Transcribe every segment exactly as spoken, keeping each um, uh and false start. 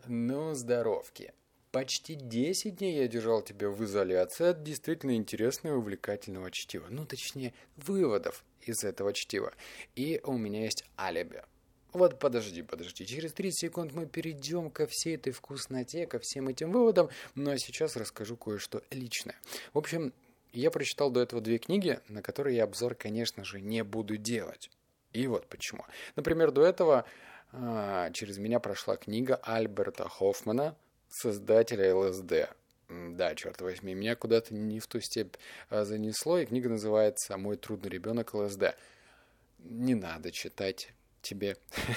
Ну, здоровки. Почти десять дней я держал тебя в изоляции от действительно интересного и увлекательного чтива. Ну, точнее, выводов из этого чтива. И у меня есть алиби. Вот подожди, подожди. Через тридцать секунд мы перейдем ко всей этой вкусноте, ко всем этим выводам. Ну, а сейчас расскажу кое-что личное. В общем, я прочитал до этого две книги, на которые я обзор, конечно же, не буду делать. И вот почему. Например, до этого а, через меня прошла книга Альберта Хоффмана, создателя эл эс дэ. Да, черт возьми, меня куда-то не в ту степь а, занесло, и книга называется «Мой трудный ребенок эл эс дэ». Не надо читать тебе.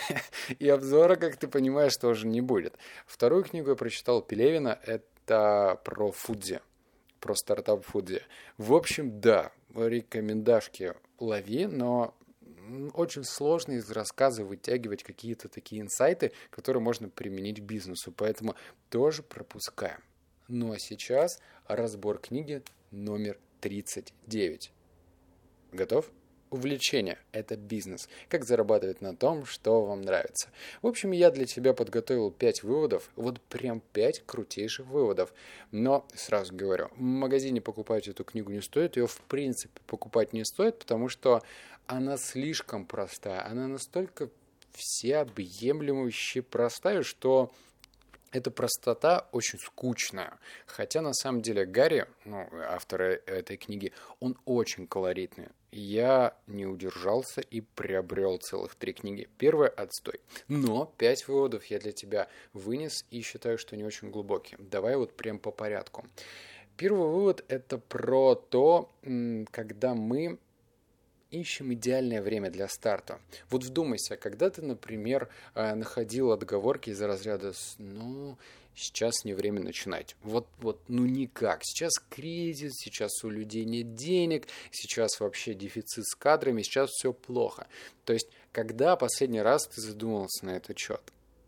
И обзора, как ты понимаешь, тоже не будет. Вторую книгу я прочитал Пелевина, это про Фудзи, про стартап Фудзи. В общем, да, рекомендашки лови, но очень сложно из рассказа вытягивать какие-то такие инсайты, которые можно применить к бизнесу, поэтому тоже пропускаем. Ну а сейчас разбор книги номер тридцать девять. Готов? Увлечение – это бизнес. Как зарабатывать на том, что вам нравится. В общем, я для тебя подготовил пять выводов. Вот прям пять крутейших выводов. Но сразу говорю, в магазине покупать эту книгу не стоит. Ее в принципе покупать не стоит, потому что она слишком простая. Она настолько всеобъемлющая простая, что эта простота очень скучная. Хотя на самом деле Гарри, ну, автор этой книги, он очень колоритный. Я не удержался и приобрел целых три книги. Первая – отстой. Но пять выводов я для тебя вынес и считаю, что не очень глубокие. Давай вот прям по порядку. Первый вывод – это про то, когда мы ищем идеальное время для старта. Вот вдумайся, когда ты, например, находил отговорки из-за разряда «ну, сейчас не время начинать». Вот, вот, ну никак. Сейчас кризис, сейчас у людей нет денег, сейчас вообще дефицит с кадрами, сейчас все плохо. То есть, когда последний раз ты задумывался на этот счет?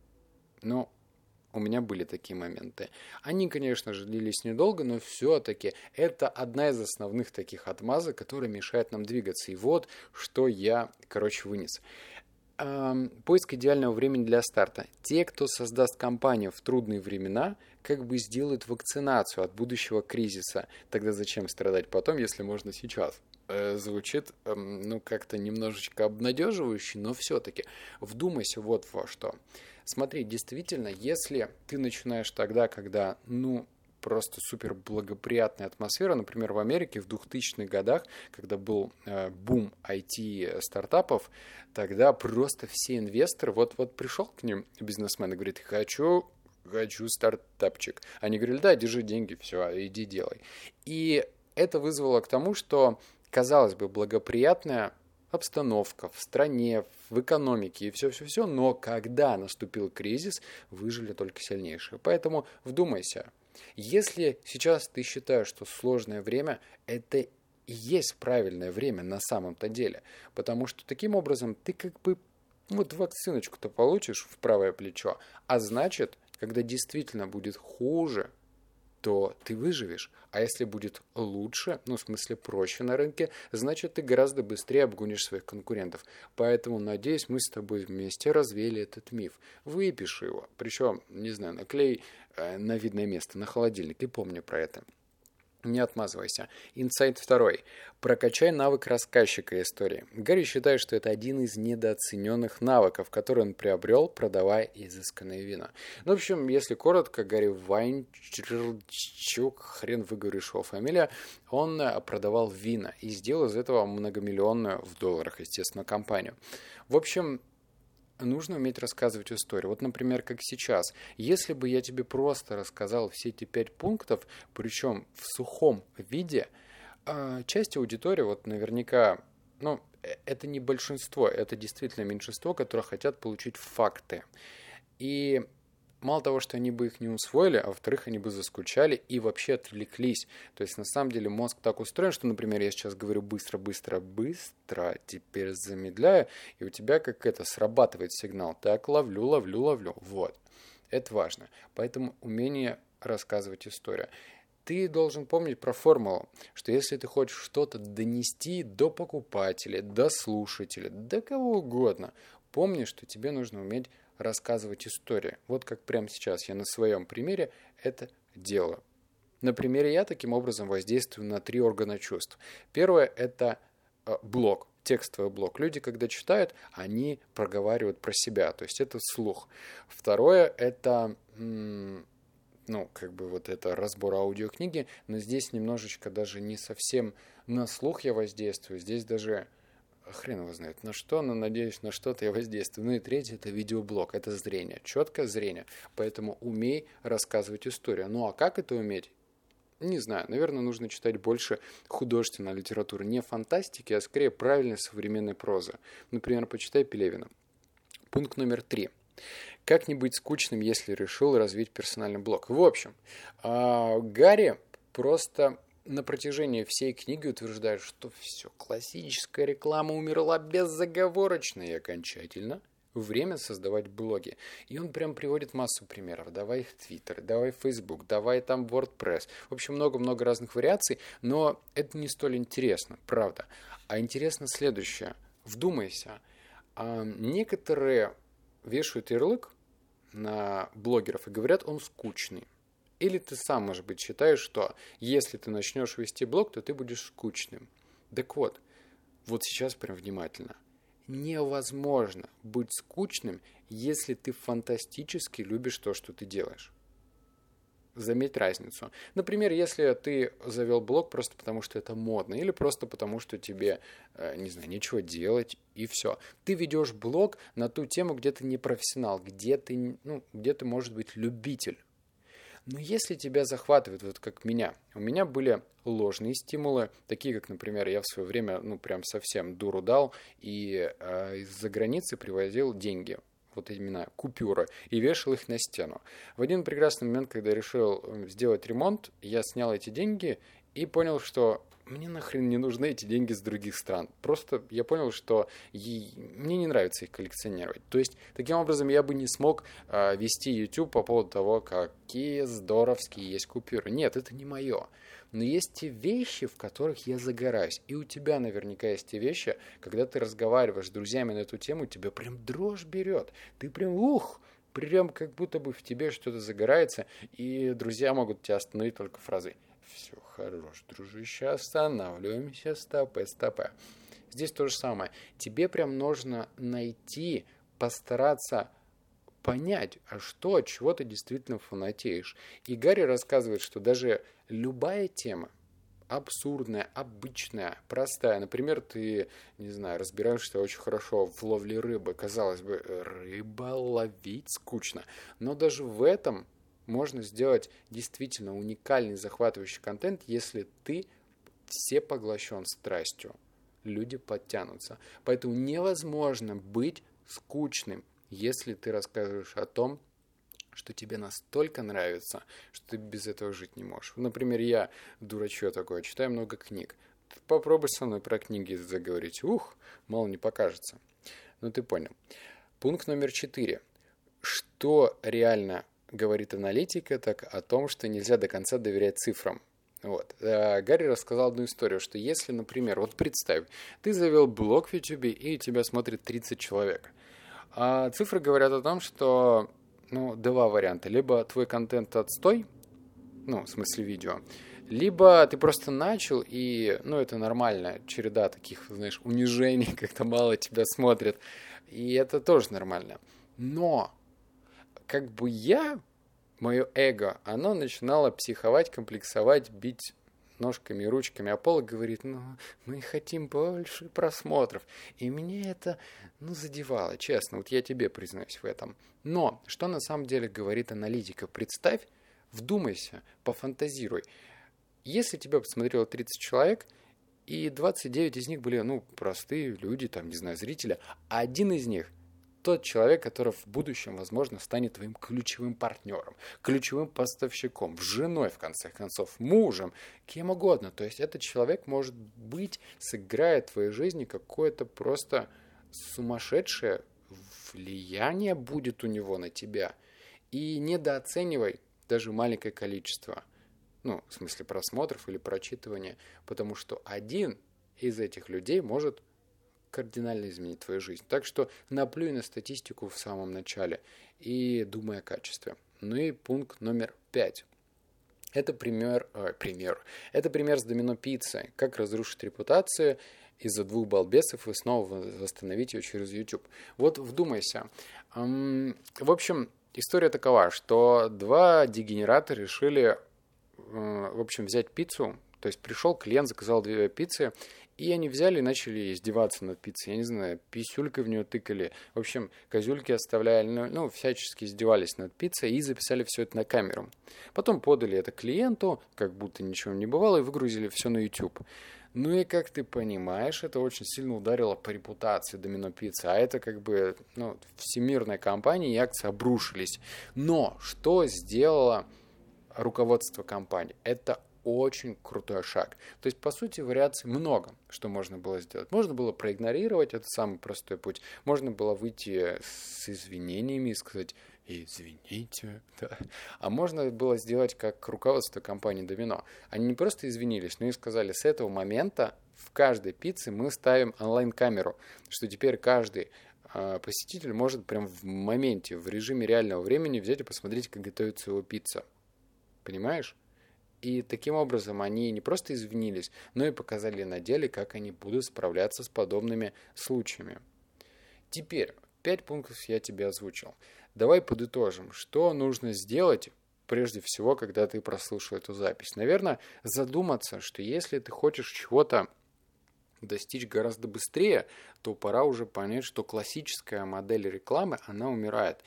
Ну, у меня были такие моменты. Они, конечно же, длились недолго, но все-таки это одна из основных таких отмазок, которая мешает нам двигаться. И вот, что я, короче, вынес. Эм, поиск идеального времени для старта. Те, кто создаст компанию в трудные времена, как бы сделают вакцинацию от будущего кризиса. Тогда зачем страдать потом, если можно сейчас? Э, звучит, э, ну, как-то немножечко обнадеживающе, но все-таки вдумайся вот во что. Смотри, действительно, если ты начинаешь тогда, когда, ну, просто супер благоприятная атмосфера, например, в Америке в двухтысячных годах, когда был э, бум ай ти-стартапов, тогда просто все инвесторы, вот, вот пришел к ним бизнесмен и говорит, хочу, хочу стартапчик. Они говорили, да, держи деньги, все, иди делай. И это вызвало к тому, что, казалось бы, благоприятная обстановка в стране, в экономике и все-все-все, но когда наступил кризис, выжили только сильнейшие. Поэтому вдумайся, если сейчас ты считаешь, что сложное время, это и есть правильное время на самом-то деле, потому что таким образом ты как бы вот вакциночку-то получишь в правое плечо, а значит, когда действительно будет хуже, то ты выживешь. А если будет лучше, ну, в смысле проще на рынке, значит, ты гораздо быстрее обгонишь своих конкурентов. Поэтому, надеюсь, мы с тобой вместе развеяли этот миф. Выпиши его. Причем, не знаю, наклей э, на видное место, на холодильник. И помни про это. Не отмазывайся. Инсайт второй. Прокачай навык рассказчика истории. Гарри считает, что это один из недооцененных навыков, который он приобрел, продавая изысканные вина. Ну, в общем, если коротко, Гарри Вайнчук, хрен выговоришь его фамилия, он продавал вина и сделал из этого многомиллионную в долларах, естественно, компанию. В общем, нужно уметь рассказывать историю. Вот, например, как сейчас. Если бы я тебе просто рассказал все эти пять пунктов, причем в сухом виде, часть аудитории, вот наверняка, ну, это не большинство, это действительно меньшинство, которые хотят получить факты. И мало того, что они бы их не усвоили, а во-вторых, они бы заскучали и вообще отвлеклись. То есть, на самом деле, мозг так устроен, что, например, я сейчас говорю быстро, быстро, быстро, теперь замедляю, и у тебя как это, срабатывает сигнал. Так, ловлю, ловлю, ловлю. Вот. Это важно. Поэтому умение рассказывать историю. Ты должен помнить про формулу, что если ты хочешь что-то донести до покупателя, до слушателя, до кого угодно, помни, что тебе нужно уметь рассказывать истории. Вот как прямо сейчас я на своем примере это делаю. На примере я таким образом воздействую на три органа чувств. Первое – это блог, текстовый блог. Люди, когда читают, они проговаривают про себя, то есть это слух. Второе – это, ну, как бы вот это разбор аудиокниги, но здесь немножечко даже не совсем на слух я воздействую, здесь даже хрен его знает на что, но надеюсь, на что-то я воздействую. Ну и третье – это видеоблог, это зрение, четкое зрение, поэтому умей рассказывать историю. Ну а как это уметь? Не знаю, наверное, нужно читать больше художественной литературы, не фантастики, а скорее правильной современной прозы. Например, почитай Пелевина. Пункт номер три. Как не быть скучным, если решил развить персональный блог? В общем, Гарри просто на протяжении всей книги утверждает, что все, классическая реклама умерла безоговорочно и окончательно. Время создавать блоги. И он прям приводит массу примеров. Давай Twitter, давай Facebook, давай там WordPress. В общем, много-много разных вариаций, но это не столь интересно, правда. А интересно следующее. Вдумайся. А некоторые вешают ярлык на блогеров и говорят, он скучный. Или ты сам, может быть, считаешь, что если ты начнешь вести блог, то ты будешь скучным. Так вот, вот сейчас прям внимательно. Невозможно быть скучным, если ты фантастически любишь то, что ты делаешь. Заметь разницу. Например, если ты завел блог просто потому, что это модно, или просто потому, что тебе, не знаю, нечего делать, и все. Ты ведешь блог на ту тему, где ты не профессионал, где ты, ну, где ты, может быть, любитель. Но если тебя захватывает, вот как меня, у меня были ложные стимулы, такие как, например, я в свое время, ну, прям совсем дуру дал и э, из-за границы привозил деньги, вот именно купюры, и вешал их на стену. В один прекрасный момент, когда я решил сделать ремонт, я снял эти деньги и понял, что мне нахрен не нужны эти деньги с других стран. Просто я понял, что ей, мне не нравится их коллекционировать. То есть, таким образом, я бы не смог э, вести YouTube по поводу того, какие здоровские есть купюры. Нет, это не мое. Но есть те вещи, в которых я загораюсь. И у тебя наверняка есть те вещи, когда ты разговариваешь с друзьями на эту тему, тебя прям дрожь берет. Ты прям, ух, прям как будто бы в тебе что-то загорается, и друзья могут тебя остановить только фразой: «Все хорош, дружище, останавливаемся, стопэ, стопэ». Здесь то же самое. Тебе прям нужно найти, постараться понять, а что, от чего ты действительно фанатеешь. И Гарри рассказывает, что даже любая тема, абсурдная, обычная, простая. Например, ты, не знаю, разбираешься очень хорошо в ловле рыбы. Казалось бы, рыба ловить скучно. Но даже в этом можно сделать действительно уникальный, захватывающий контент, если ты всепоглощен страстью. Люди подтянутся. Поэтому невозможно быть скучным, если ты рассказываешь о том, что тебе настолько нравится, что ты без этого жить не можешь. Например, я, дурачье такое, читаю много книг. Попробуй со мной про книги заговорить. Ух, мало не покажется. Ну, ты понял. Пункт номер четыре. Что реально говорит аналитика, так о том, что нельзя до конца доверять цифрам. Вот. Гарри рассказал одну историю, что если, например, вот представь, ты завел блог в YouTube, и тебя смотрит тридцать человек. А цифры говорят о том, что, ну, два варианта. Либо твой контент отстой, ну, в смысле видео, либо ты просто начал, и, ну, это нормальная череда таких, знаешь, унижений, как-то мало тебя смотрят, и это тоже нормально. Но, как бы я, мое эго, оно начинало психовать, комплексовать, бить ножками и ручками о пол и говорит: ну, мы хотим больше просмотров. И меня это, ну, задевало, честно, вот я тебе признаюсь в этом. Но, что на самом деле говорит аналитика? Представь, вдумайся, пофантазируй. Если тебя посмотрело тридцать человек, и двадцать девять из них были, ну, простые люди, там, не знаю, зрители, а один из них тот человек, который в будущем, возможно, станет твоим ключевым партнером, ключевым поставщиком, женой, в конце концов, мужем, кем угодно. То есть этот человек, может быть, сыграет в твоей жизни какое-то просто сумасшедшее влияние будет у него на тебя. И недооценивай даже маленькое количество, ну, в смысле просмотров или прочитывания, потому что один из этих людей может кардинально изменить твою жизнь. Так что наплюй на статистику в самом начале и думай о качестве. Ну и пункт номер пять. Это пример, э, пример. Это пример с домино пиццей. Как разрушить репутацию из-за двух балбесов и снова восстановить ее через YouTube. Вот вдумайся. Эм, в общем, история такова, что два дегенерата решили, э, в общем, взять пиццу. То есть пришел клиент, заказал две пиццы, и они взяли и начали издеваться над пиццей. Я не знаю, писюлькой в нее тыкали. В общем, козюльки оставляли, ну, ну, всячески издевались над пиццей и записали все это на камеру. Потом подали это клиенту, как будто ничего не бывало, и выгрузили все на YouTube. Ну и, как ты понимаешь, это очень сильно ударило по репутации Домино Пицца. А это как бы, ну, всемирная компания, и акции обрушились. Но что сделало руководство компании? Это очень крутой шаг. То есть, по сути, вариаций много, что можно было сделать. Можно было проигнорировать, это самый простой путь. Можно было выйти с извинениями и сказать «извините». Да. А можно было сделать, как руководство компании Домино. Они не просто извинились, но и сказали, с этого момента в каждой пицце мы ставим онлайн-камеру, что теперь каждый э, посетитель может прям в моменте, в режиме реального времени взять и посмотреть, как готовится его пицца. Понимаешь? И таким образом они не просто извинились, но и показали на деле, как они будут справляться с подобными случаями. Теперь, пять пунктов я тебе озвучил. Давай подытожим, что нужно сделать, прежде всего, когда ты прослушал эту запись. Наверное, задуматься, что если ты хочешь чего-то достичь гораздо быстрее, то пора уже понять, что классическая модель рекламы, она умирает.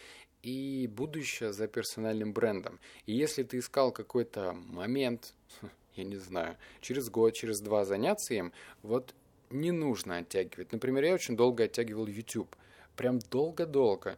И будущее за персональным брендом. И если ты искал какой-то момент, я не знаю, через год, через два заняться им, вот не нужно оттягивать. Например, я очень долго оттягивал YouTube. Прям долго-долго.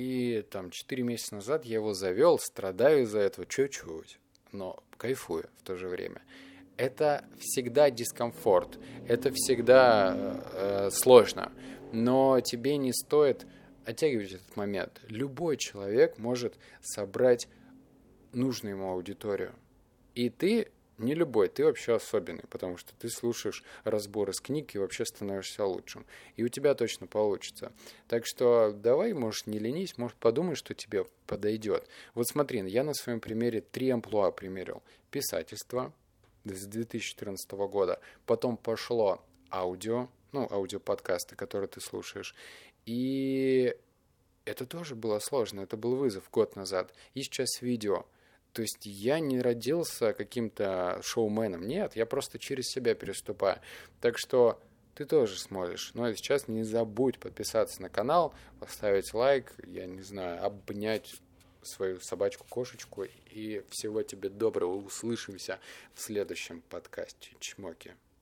И там четыре месяца назад я его завел, страдаю из-за этого чуть-чуть, но кайфую в то же время. Это всегда дискомфорт, это всегда э, сложно, но тебе не стоит оттягивать этот момент. Любой человек может собрать нужную ему аудиторию. И ты не любой, ты вообще особенный, потому что ты слушаешь разбор из книг и вообще становишься лучшим. И у тебя точно получится. Так что давай, может, не ленись, может, подумай, что тебе подойдет. Вот смотри, я на своем примере три амплуа примерил. Писательство с две тысячи четырнадцатого года. Потом пошло аудио, ну, аудиоподкасты, которые ты слушаешь. И это тоже было сложно, это был вызов год назад. И сейчас видео. То есть я не родился каким-то шоуменом, нет, я просто через себя переступаю. Так что ты тоже сможешь. Но сейчас не забудь подписаться на канал, поставить лайк, я не знаю, обнять свою собачку-кошечку. И всего тебе доброго, услышимся в следующем подкасте. Чмоки.